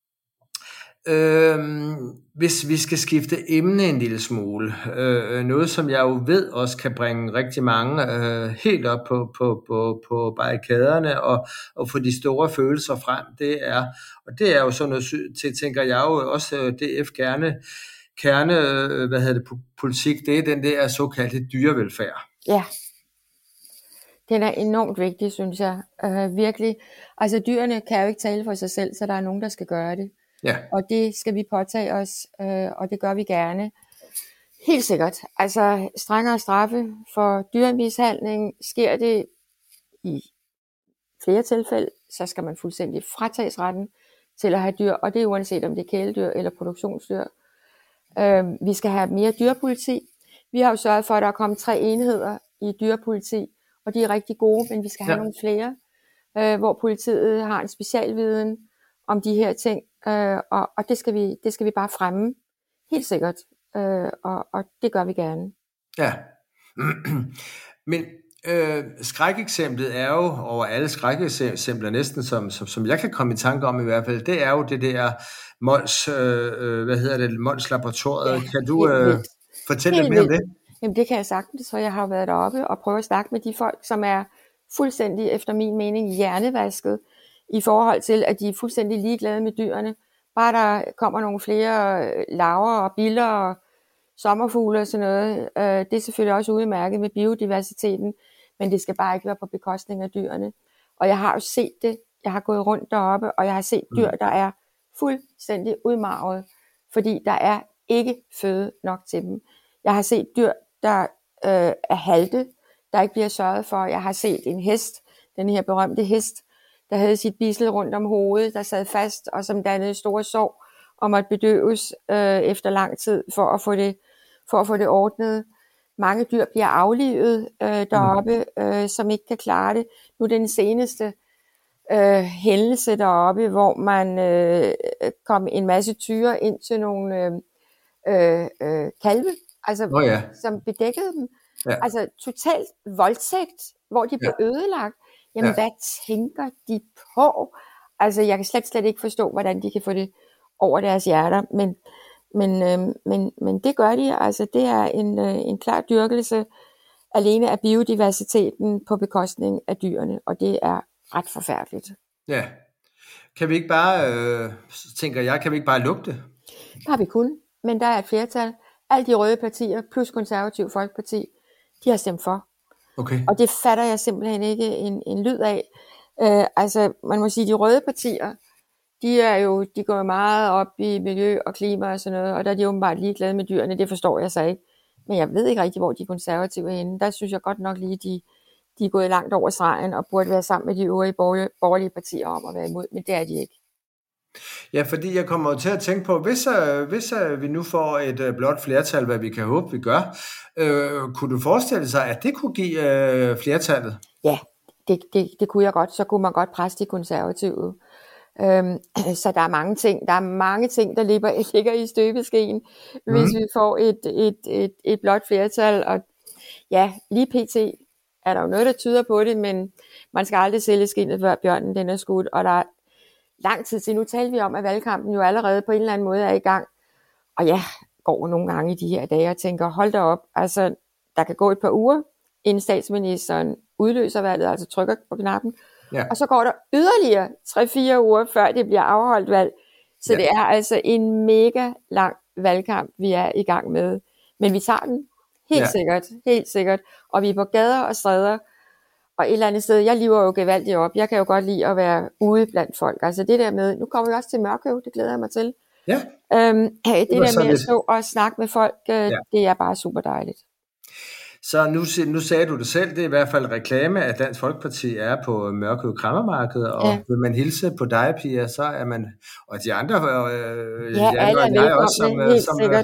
Hvis vi skal skifte emne en lille smule, noget som jeg jo ved også kan bringe rigtig mange helt op på barrikaderne og få de store følelser frem, det er jo sådan noget, tænker jeg jo også DF kerne politik, det er den der såkaldte dyrevelfærd. Ja. Den er enormt vigtig, synes jeg. Virkelig. Altså dyrene kan jo ikke tale for sig selv, så der er nogen, der skal gøre det. Ja. Og det skal vi påtage os, og det gør vi gerne. Helt sikkert. Altså strengere straffe for dyremishandling sker det i flere tilfælde, så skal man fuldstændig fratages retten til at have dyr, og det er uanset om det er kæledyr eller produktionsdyr. Vi skal have mere dyrepoliti. Vi har jo sørget for, at der er kommet 3 enheder i dyrepoliti, og de er rigtig gode, men vi skal have nogle flere, hvor politiet har en specialviden om de her ting, og det skal vi bare fremme, helt sikkert, og det gør vi gerne. Ja, men skrækeksemplet er jo over alle skrækeksempler næsten, som jeg kan komme i tanke om i hvert fald, det er jo det der Mols Laboratoriet. Kan du fortælle lidt mere om det? Jamen det kan jeg sagtens, for jeg har været deroppe og prøvet at snakke med de folk, som er fuldstændig, efter min mening, hjernevasket i forhold til, at de er fuldstændig ligeglade med dyrene. Bare der kommer nogle flere larver og biller og sommerfugle og sådan noget. Det er selvfølgelig også udmærket med biodiversiteten, men det skal bare ikke være på bekostning af dyrene. Og jeg har jo set det. Jeg har gået rundt deroppe, og jeg har set dyr, der er fuldstændig udmarvet, fordi der er ikke føde nok til dem. Jeg har set dyr, der er halte, der ikke bliver sørget for. Jeg har set en hest, den her berømte hest, der havde sit bisel rundt om hovedet, der sad fast, og som dannede store sår, og måtte bedøves efter lang tid for at få det ordnet. Mange dyr bliver aflivet deroppe, som ikke kan klare det. Nu den seneste hændelse deroppe, hvor man kom en masse tyre ind til nogle kalve, altså, som bedækkede dem. Ja. Altså totalt voldtægt, hvor de blev ødelagt. Jamen, hvad tænker de på? Altså, jeg kan slet ikke forstå, hvordan de kan få det over deres hjerter, men det gør de. Altså, det er en klar dyrkelse alene af biodiversiteten på bekostning af dyrene, og det er ret forfærdeligt. Ja. Kan vi ikke bare, tænker jeg, kan vi ikke bare lukke det? Det har vi kun, men der er et flertal. Alle de røde partier, plus Konservativ Folkeparti, de har stemt for. Okay. Og det fatter jeg simpelthen ikke en lyd af. Altså, man må sige, de røde partier, de går jo meget op i miljø og klima og sådan noget, og der er de åbenbart ligeglade med dyrene, det forstår jeg så ikke. Men jeg ved ikke rigtig, hvor de konservative er henne. Der synes jeg godt nok lige, de er gået langt over stregen og burde være sammen med de øvrige borgerlige partier om at være imod, men det er de ikke. Ja, fordi jeg kommer til at tænke på, hvis vi nu får et blot flertal, hvad vi kan håbe, vi gør, kunne du forestille sig, at det kunne give flertallet? Ja, det kunne jeg godt. Så kunne man godt presse de konservative. Så der er mange ting, der ligger i støbeskeen, hvis vi får et blot flertal. Og ja, lige pt. Er der jo noget, der tyder på det, men man skal aldrig sælge skindet, før bjørnen den er skudt, og der er lang tid til. Nu taler vi om, at valgkampen jo allerede på en eller anden måde er i gang. Og jeg går nogle gange i de her dage og tænker, hold da op, altså der kan gå et par uger, inden statsministeren udløser valget, altså trykker på knappen. Ja. Og så går der yderligere 3-4 uger, før det bliver afholdt valg. Så det er altså en mega lang valgkamp, vi er i gang med. Men vi tager den helt sikkert. Og vi er på gader og stræder. Og et eller andet sted, jeg lever jo gevaldigt op. Jeg kan jo godt lide at være ude blandt folk. Altså det der med, nu kommer vi også til Mørkøv, det glæder jeg mig til. Ja. Det der med at stå og snakke med folk, det er bare super dejligt. Så nu sagde du det selv, det er i hvert fald reklame, at Dansk Folkeparti er på Mørkøv Kræmmermarked, og vil man hilse på dig, Pia, så er man, og de andre, alle er velkomne,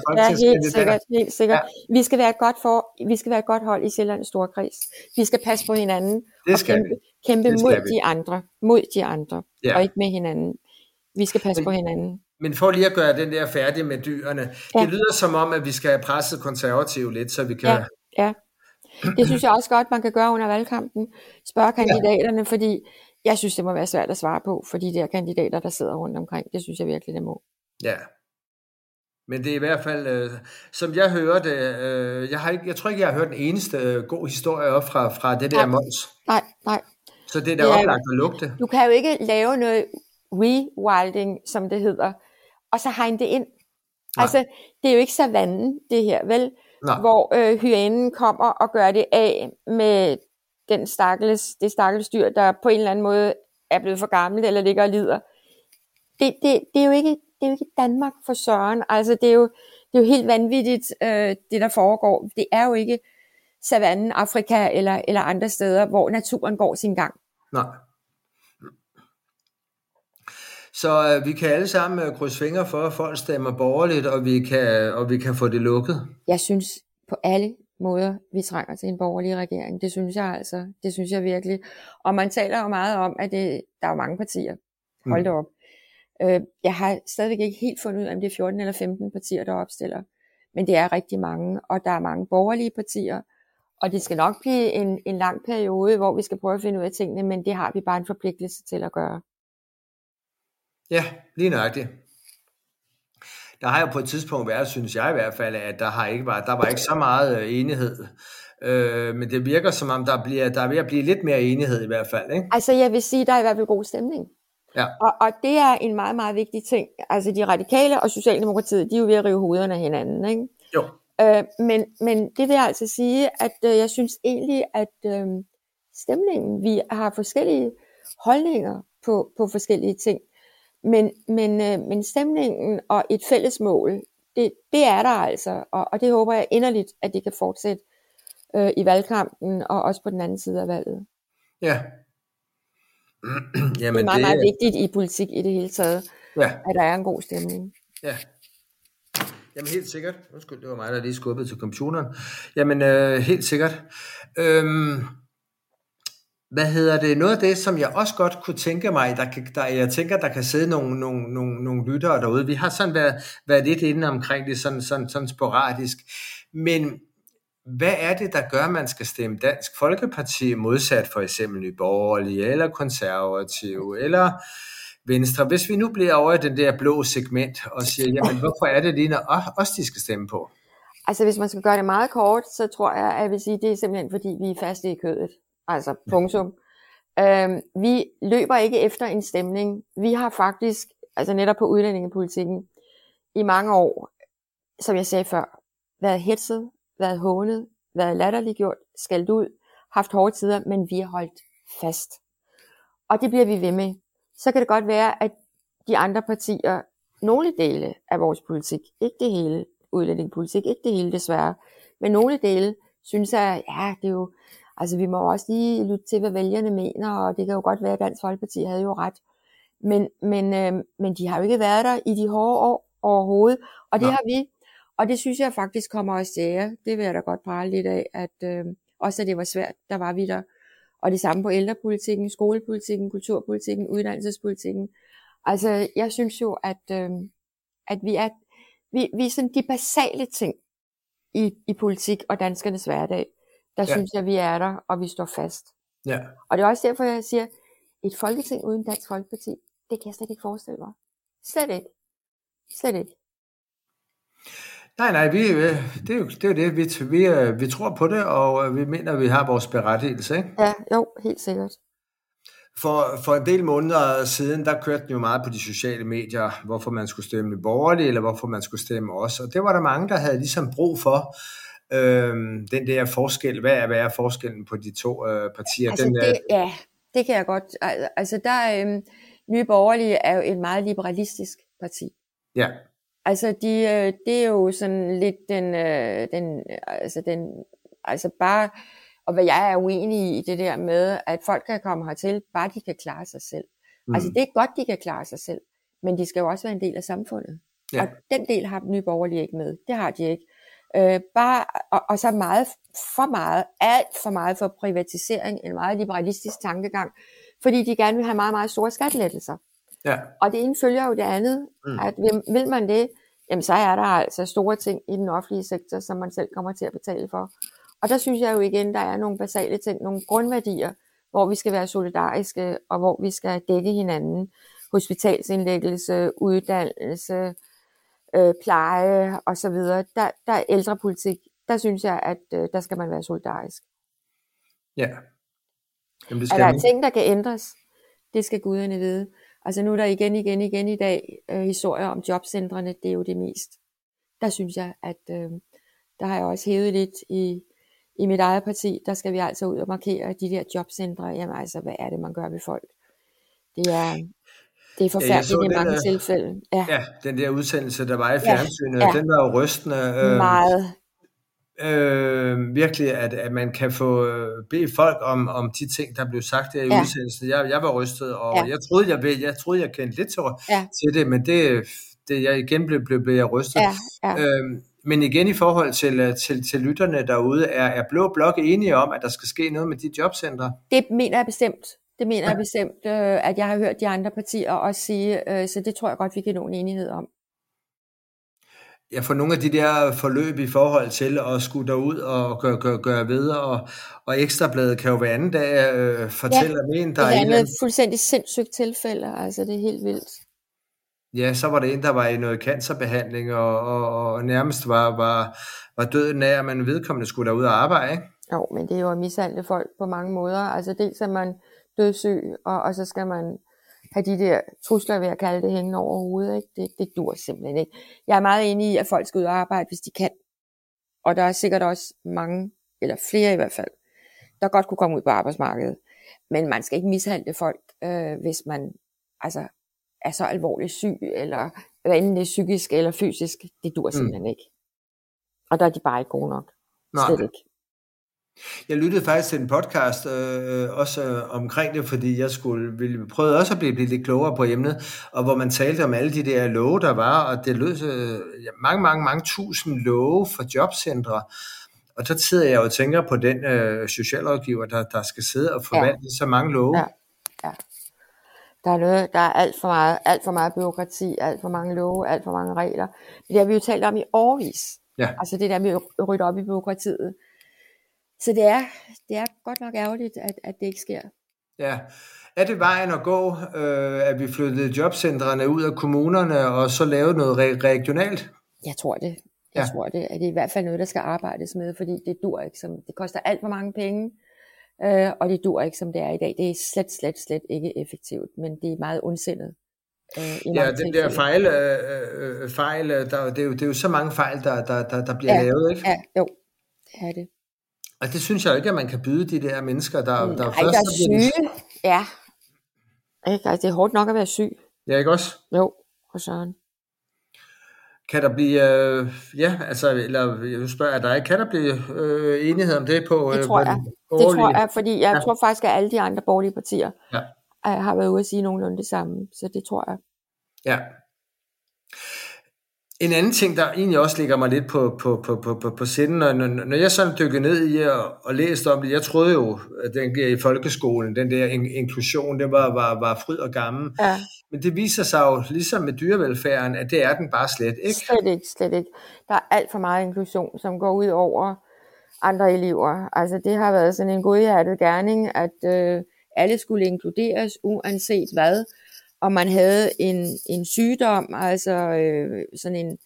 helt sikkert. Ja. Vi skal være et godt hold i Sjællands Storkreds. Vi skal passe på hinanden, og kæmpe mod de andre, og ikke med hinanden. Vi skal passe på hinanden. Men for lige at gøre den der færdig med dyrene, det lyder som om, at vi skal have presset konservative lidt, så vi kan... Ja. Det synes jeg også godt, man kan gøre under valgkampen. Spørge kandidaterne, fordi jeg synes, det må være svært at svare på, for de der kandidater, der sidder rundt omkring. Det synes jeg virkelig, det må. Ja. Men det er i hvert fald, som jeg hører det, jeg tror ikke, jeg har hørt den eneste god historie op fra det der Mols. Nej. Så det er da oplagt at lugte. Du kan jo ikke lave noget rewilding, som det hedder, og så hegne det ind. Nej. Altså, det er jo ikke savannen, det her, vel? Nej. Hvor hyænen kommer og gør det af med det stakkels dyr, der på en eller anden måde er blevet for gammel eller ligger og lider. Det er jo ikke Danmark for søren. Altså, det er jo helt vanvittigt, det der foregår. Det er jo ikke savannen, Afrika eller andre steder, hvor naturen går sin gang. Nej. Så vi kan alle sammen krydse fingre for, at folk stemmer borgerligt, og vi kan få det lukket. Jeg synes på alle måder, vi trænger til en borgerlig regering. Det synes jeg altså. Det synes jeg virkelig. Og man taler jo meget om, at der er jo mange partier. Hold da op. Jeg har stadigvæk ikke helt fundet ud af, om det er 14 eller 15 partier, der opstiller. Men det er rigtig mange, og der er mange borgerlige partier. Og det skal nok blive en lang periode, hvor vi skal prøve at finde ud af tingene, men det har vi bare en forpligtelse til at gøre. Ja, lige nøjagtigt. Der har jo på et tidspunkt været, synes jeg i hvert fald, at der var ikke så meget enighed. Men det virker som om, der er ved at blive lidt mere enighed i hvert fald, ikke? Altså jeg vil sige, der er i hvert fald god stemning. Ja. Og det er en meget, meget vigtig ting. Altså de radikale og Socialdemokratiet, de er jo ved at rive hovederne af hinanden, ikke? Jo. Men det vil altså sige, at jeg synes egentlig, at stemningen, vi har forskellige holdninger på forskellige ting, men stemningen og et fælles mål, det er der altså, og det håber jeg inderligt, at det kan fortsætte i valgkampen og også på den anden side af valget. Ja. Jamen, det er meget, meget vigtigt i politik i det hele taget, at der er en god stemning. Ja. Jamen helt sikkert. Undskyld, det var mig, der lige skubbede til computeren. Jamen helt sikkert. Noget af det, som jeg også godt kunne tænke mig, jeg tænker, der kan sidde nogle lyttere derude. Vi har sådan været lidt inde omkring det, sådan sporadisk. Men hvad er det, der gør, at man skal stemme Dansk Folkeparti modsat for eksempel Nye Borgerlige, eller Konservative, eller Venstre? Hvis vi nu bliver over i den der blå segment og siger, jamen hvorfor er det lige os, de skal stemme på? Altså hvis man skal gøre det meget kort, så tror jeg, at jeg vil sige, at det er simpelthen fordi, vi er faste i kødet. Altså punktum. Vi løber ikke efter en stemning. Vi har faktisk, altså netop på udlændingepolitikken, i mange år, som jeg sagde før, været hetset, været hånet, været latterliggjort, skældt ud, haft hårde tider, men vi har holdt fast. Og det bliver vi ved med. Så kan det godt være, at de andre partier, nogle dele af vores politik, ikke det hele udlændingepolitik, ikke det hele desværre, men nogle dele, synes jeg, ja, det er jo, altså vi må også lige lytte til, hvad vælgerne mener, og det kan jo godt være, at Dansk Folkeparti havde jo ret. Men de har jo ikke været der i de hårde år overhovedet, og det har vi. Og det synes jeg faktisk kommer os til ære. Det vil jeg da godt prale lidt af, at også at det var svært, der var vi der. Og det samme på ældrepolitikken, skolepolitikken, kulturpolitikken, uddannelsespolitikken. Altså jeg synes jo, at vi er sådan de basale ting i politik og danskernes hverdag. Der synes jeg, vi er der, og vi står fast. Ja. Og det er også derfor, jeg siger, et folketing uden Dansk Folkeparti, det kan jeg slet ikke forestille mig. Slet ikke. Slet ikke. Nej, det er jo det. Vi tror på det, og vi mener, at vi har vores berettigelse, ikke? Ja, jo, helt sikkert. For en del måneder siden, der kørte den jo meget på de sociale medier, hvorfor man skulle stemme borgerlige, eller hvorfor man skulle stemme os. Og det var der mange, der havde ligesom brug for den der forskel. Hvad er forskellen på de to partier? Altså det kan jeg godt. Altså Nye Borgerlige er jo et meget liberalistisk parti. Ja. Altså det er jo sådan lidt og hvad jeg er uenig i det der med, at folk kan komme hertil, bare de kan klare sig selv. Altså det er godt, de kan klare sig selv, men de skal jo også være en del af samfundet. Ja. Og den del har Nye Borgerlige ikke med. Det har de ikke. Og så alt for meget for privatisering, en meget liberalistisk tankegang, fordi de gerne vil have meget, meget store skattelettelser. Ja. Og det ene følger jo det andet, at vil man det, jamen så er der altså store ting i den offentlige sektor, som man selv kommer til at betale for. Og der synes jeg jo igen, der er nogle basale ting, nogle grundværdier, hvor vi skal være solidariske, og hvor vi skal dække hinanden. Hospitalsindlæggelse, uddannelse, pleje og så videre. Der er ældrepolitik, der synes jeg, at der skal man være solidarisk. Ja. Jamen, det skal der er ting, der kan ændres, det skal guderne vide. Altså nu er der igen i dag historier om jobcentrene, det er jo det mest. Der synes jeg, at der har jeg også hævet lidt i mit eget parti, der skal vi altså ud og markere de der jobcentre. Jamen altså, hvad er det, man gør ved folk? Det er forfærdeligt i mange tilfælde. Ja, den der udsendelse, der var i fjernsynet, den var jo rystende. Meget. Virkelig, at man kan få bede folk om de ting, der blev sagt der i udsendelsen. Jeg var rystet, og jeg troede, jeg kendte lidt til det, men det jeg igen blev jeg rystet. Men igen i forhold til lytterne derude, er Blå Blok enige om, at der skal ske noget med de jobcentre? Det mener jeg bestemt. At jeg har hørt de andre partier også sige, så det tror jeg godt, vi kan nå en enighed om. Ja, for nogle af de der forløb i forhold til at skulle derud og gøre videre, og Ekstrabladet kan jo hver anden dag fortælle om en, der er et fuldstændig sindssygt tilfælde, altså det er helt vildt. Ja, så var det en, der var i noget cancerbehandling, og nærmest var døden af, at man vedkommende skulle derud og arbejde, ikke? Jo, men det er jo at mishandle folk på mange måder. Altså dels er man dødssyg, og så skal man have de der trusler, ved at kalde det, hængende over hovedet, ikke? Det dur simpelthen ikke. Jeg er meget enig i, at folk skal ud og arbejde, hvis de kan. Og der er sikkert også mange, eller flere i hvert fald, der godt kunne komme ud på arbejdsmarkedet. Men man skal ikke mishandle folk, hvis man altså er så alvorligt syg, eller hvad enten det er psykisk eller fysisk. Det dur simpelthen ikke. Og der er de bare ikke gode nok. Slet ikke. Jeg lyttede faktisk til en podcast også omkring det, fordi jeg prøvede også at blive lidt klogere på emnet, og hvor man talte om alle de der love, der var, og det lød mange tusind love for jobcentre. Og så sidder jeg og tænker på den socialrådgiver, der skal sidde og forvalte så mange love. Ja. Der er alt for meget bureaukrati, alt for mange love, alt for mange regler. Det har vi jo talt om i årevis. Ja. Altså det der med at rydde op i bureaukratiet. Så det er godt nok ærgerligt, at det ikke sker. Ja. Er det vejen at gå, at vi flyttede jobcentrene ud af kommunerne, og så lavede noget regionalt? Jeg tror det. Jeg tror det. At det er i hvert fald noget, der skal arbejdes med, fordi det dur ikke. Det koster alt for mange penge, og det dur ikke, som det er i dag. Det er slet ikke effektivt, men det er meget ondsindet. Den der fejl, det er jo så mange fejl, der bliver lavet, ikke? Ja, jo, det er det. Og det synes jeg jo ikke, at man kan byde de der mennesker, der først er syge. Ja. Ikke? Altså, det er hårdt nok at være syg. Ja, ikke også? Jo, og sådan. Kan der blive, eller jeg spørger dig, kan der blive enighed om det på? Det tror jeg. Det tror jeg, fordi jeg tror faktisk, at alle de andre borgerlige partier har været ude at sige nogenlunde det samme. Så det tror jeg. Ja. En anden ting, der egentlig også ligger mig lidt på sinden, når jeg sådan dykker ned i og læste om det, jeg troede jo, at den i folkeskolen, den der inklusion, det var fryd og gammel. Ja. Men det viser sig jo, ligesom med dyrevelfærden, at det er den bare slet ikke. Slet ikke. Der er alt for meget inklusion, som går ud over andre elever. Altså det har været sådan en godhjertet gerning, at alle skulle inkluderes, uanset hvad. Og man havde en sygdom, altså sådan en,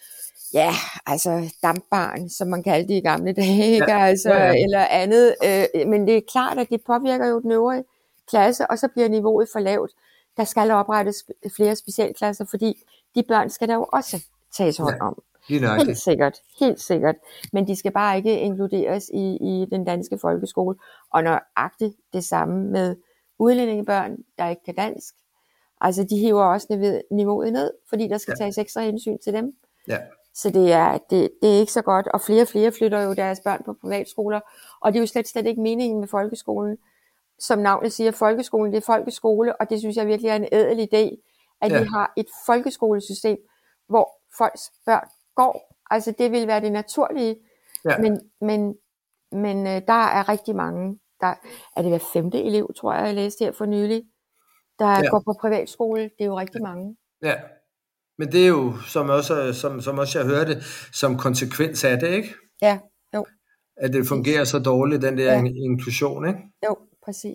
dampbarn, som man kaldte det i gamle dage, ikke? Eller andet. Men det er klart, at det påvirker jo den øvrige klasse, og så bliver niveauet for lavt. Der skal oprettes flere specialklasser, fordi de børn skal der jo også tages hånd om. Helt sikkert. Men de skal bare ikke inkluderes i den danske folkeskole. Og nøjagtigt det samme med udlændingebørn, der ikke kan dansk. Altså, de hiver også niveauet ned, fordi der skal tages ekstra hensyn til dem. Ja. Så det er ikke så godt, og flere flytter jo deres børn på privatskoler, og det er jo slet ikke meningen med folkeskolen. Som navnet siger, folkeskolen, det er folkeskole, og det synes jeg virkelig er en ædel idé, at vi har et folkeskolesystem, hvor folks børn går. Altså, det vil være det naturlige, men der er rigtig mange. Er det hver 5. elev, tror jeg læste her for nylig, der går på privatskole. Det er jo rigtig mange. Ja, men det er jo, som også jeg hørte, som konsekvens af det, ikke? Ja, jo. At det fungerer så dårligt, den der inklusion, ikke? Jo, præcis.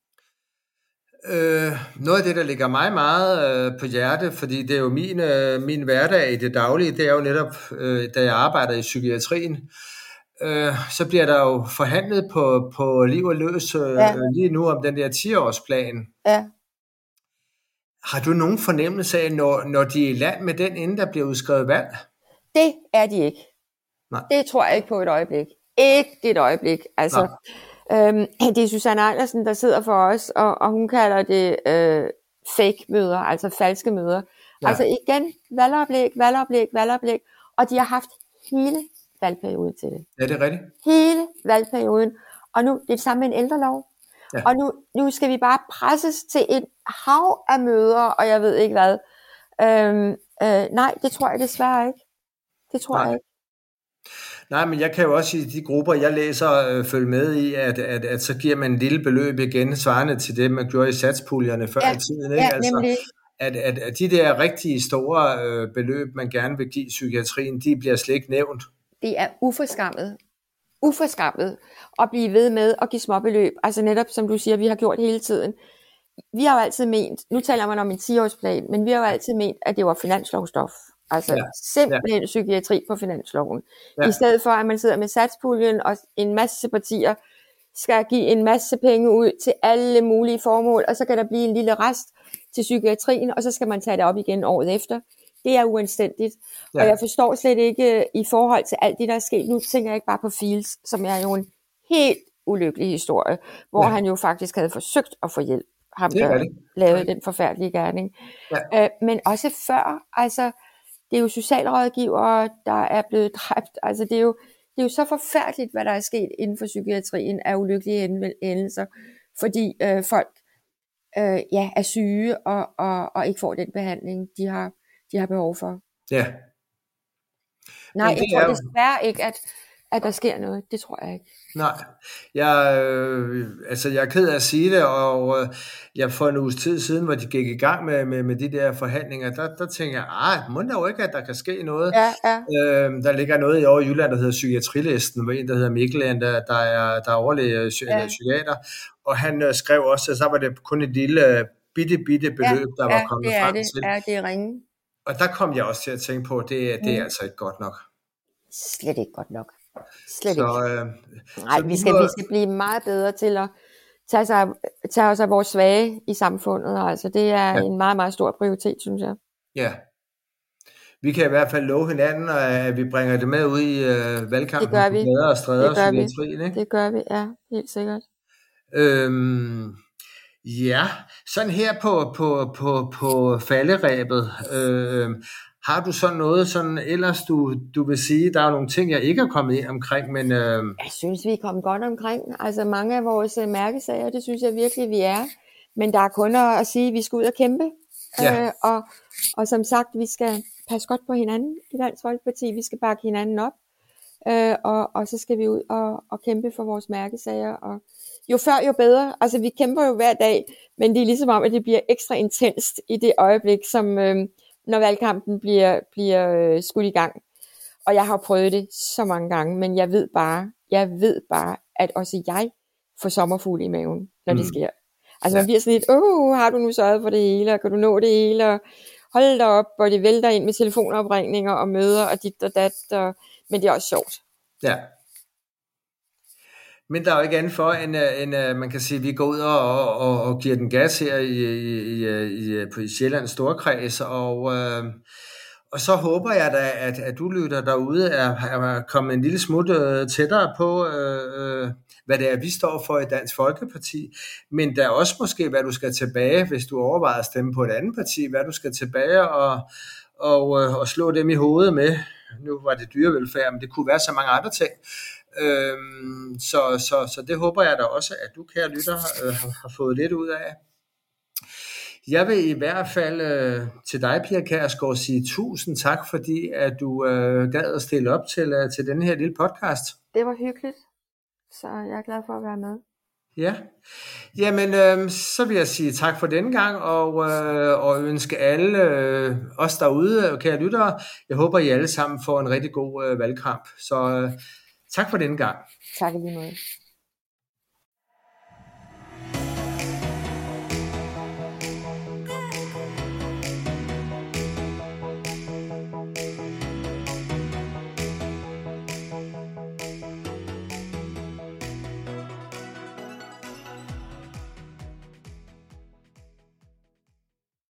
Noget af det, der ligger mig meget på hjerte, fordi det er jo min hverdag i det daglige, det er jo netop, da jeg arbejder i psykiatrien, så bliver der jo forhandlet på liv og løs lige nu om den der 10-årsplan. Ja. Har du nogen fornemmelse af, når de er i land med den, inden der bliver udskrevet valg? Det er de ikke. Nej. Det tror jeg ikke på et øjeblik. Ikke et øjeblik. Altså, det er Susanne Eilersen, der sidder for os, og hun kalder det fake møder, altså falske møder. Ja. Altså igen, valgoplæg, og de har haft hele valgperiode til det. Ja, det er rigtigt. Hele valgperioden. Og nu, det er det samme med en ældrelov. Ja. Og nu skal vi bare presses til et hav af møder, og jeg ved ikke hvad. Nej, det tror jeg desværre ikke. Det tror jeg ikke. Nej, men jeg kan jo også i de grupper, jeg læser, følge med i, at så giver man en lille beløb igen, svarende til det, man gjorde i satspuljerne før i tiden. Ikke? Ja, nemlig. At de der rigtig store beløb, man gerne vil give psykiatrien, de bliver slet ikke nævnt. Det er uforskammet at blive ved med at give småbeløb. Altså netop, som du siger, vi har gjort hele tiden. Vi har jo altid ment, nu taler man om en 10-årsplan, men vi har jo altid ment, at det var finanslovsstof. Altså simpelthen psykiatri på finansloven. I stedet for, at man sidder med satspuljen, og en masse partier skal give en masse penge ud til alle mulige formål, og så kan der blive en lille rest til psykiatrien, og så skal man tage det op igen året efter. Det er uanstændigt. Ja. Og jeg forstår slet ikke i forhold til alt det, der er sket. Nu tænker jeg ikke bare på Fields, som er jo en helt ulykkelig historie, hvor han jo faktisk havde forsøgt at få hjælp. Ham, der lavede den forfærdelige gerning. Ja. Men også før, altså, det er jo socialrådgivere, der er blevet dræbt. Altså, det er jo så forfærdeligt, hvad der er sket inden for psykiatrien af ulykkelige endelser, fordi folk er syge og ikke får den behandling, de har behov for. Ja. Nej, jeg tror desværre ikke, at der sker noget. Det tror jeg ikke. Nej, jeg er ked af at sige det, og jeg for en uges tid siden, hvor de gik i gang med de der forhandlinger, der tænker jeg, må der jo ikke, at der kan ske noget. Ja. Der ligger noget i over i Jylland, der hedder Psykiatrilisten, hvor en, der hedder Mikkel, der er overlæge psykiater, og han skrev også, at så var det kun et lille bitte beløb, der var kommet frem til. Ja, det er ringe. Og der kom jeg også til at tænke på, at det er altså ikke godt nok. Slet ikke godt nok. Nej, vi skal blive meget bedre til at tage os af vores svage i samfundet. Altså, det er en meget, meget stor prioritet, synes jeg. Ja. Vi kan i hvert fald love hinanden, at vi bringer det med ud i valgkampen. Det gør vi. Bedre og stræder og psykiatrien, ikke? Det gør vi, ja, helt sikkert. Ja, sådan her på falderæbet, har du sådan noget, sådan ellers du vil sige, der er nogle ting, jeg ikke er kommet ind omkring, men... Jeg synes, vi er kommet godt omkring. Altså mange af vores mærkesager, det synes jeg virkelig, vi er. Men der er kun at sige, at vi skal ud og kæmpe. Ja. Og som sagt, vi skal passe godt på hinanden i Dansk Folkeparti. Vi skal bakke hinanden op. Og så skal vi ud og kæmpe for vores mærkesager. Og jo før, jo bedre. Altså vi kæmper jo hver dag, men det er ligesom om, at det bliver ekstra intenst i det øjeblik, som... når valgkampen bliver skudt i gang. Og jeg har prøvet det så mange gange, men jeg ved bare, at også jeg får sommerfugle i maven, når det sker. Altså man bliver sådan lidt, har du nu sørget for det hele, og kan du nå det hele, og hold dig op, og det vælter ind med telefonopringninger og møder, og dit og dat, men det er også sjovt. Ja. Men der er jo ikke andet for, end man kan sige, at vi går ud og giver den gas her i Sjællands Storkreds, og så håber jeg da, at du lytter derude er kommet en lille smut tættere på, hvad det er, vi står for i Dansk Folkeparti, men der er også måske, hvad du skal tilbage, hvis du overvejer at stemme på et andet parti, hvad du skal tilbage og slå dem i hovedet med. Nu var det dyrevelfærd, men det kunne være så mange andre ting. Så det håber jeg da også, at du, kære lytter, har fået lidt ud af. Jeg vil i hvert fald til dig, Pia Kjærsgaard, sige tusind tak, fordi at du gad at stille op til denne her lille podcast. Det var hyggeligt, så jeg er glad for at være med. Ja, jamen så vil jeg sige tak for denne gang, og ønske alle os derude, kære lyttere, jeg håber I alle sammen får en rigtig god valgkamp. Så tak for denne gang. Tak i lige måde.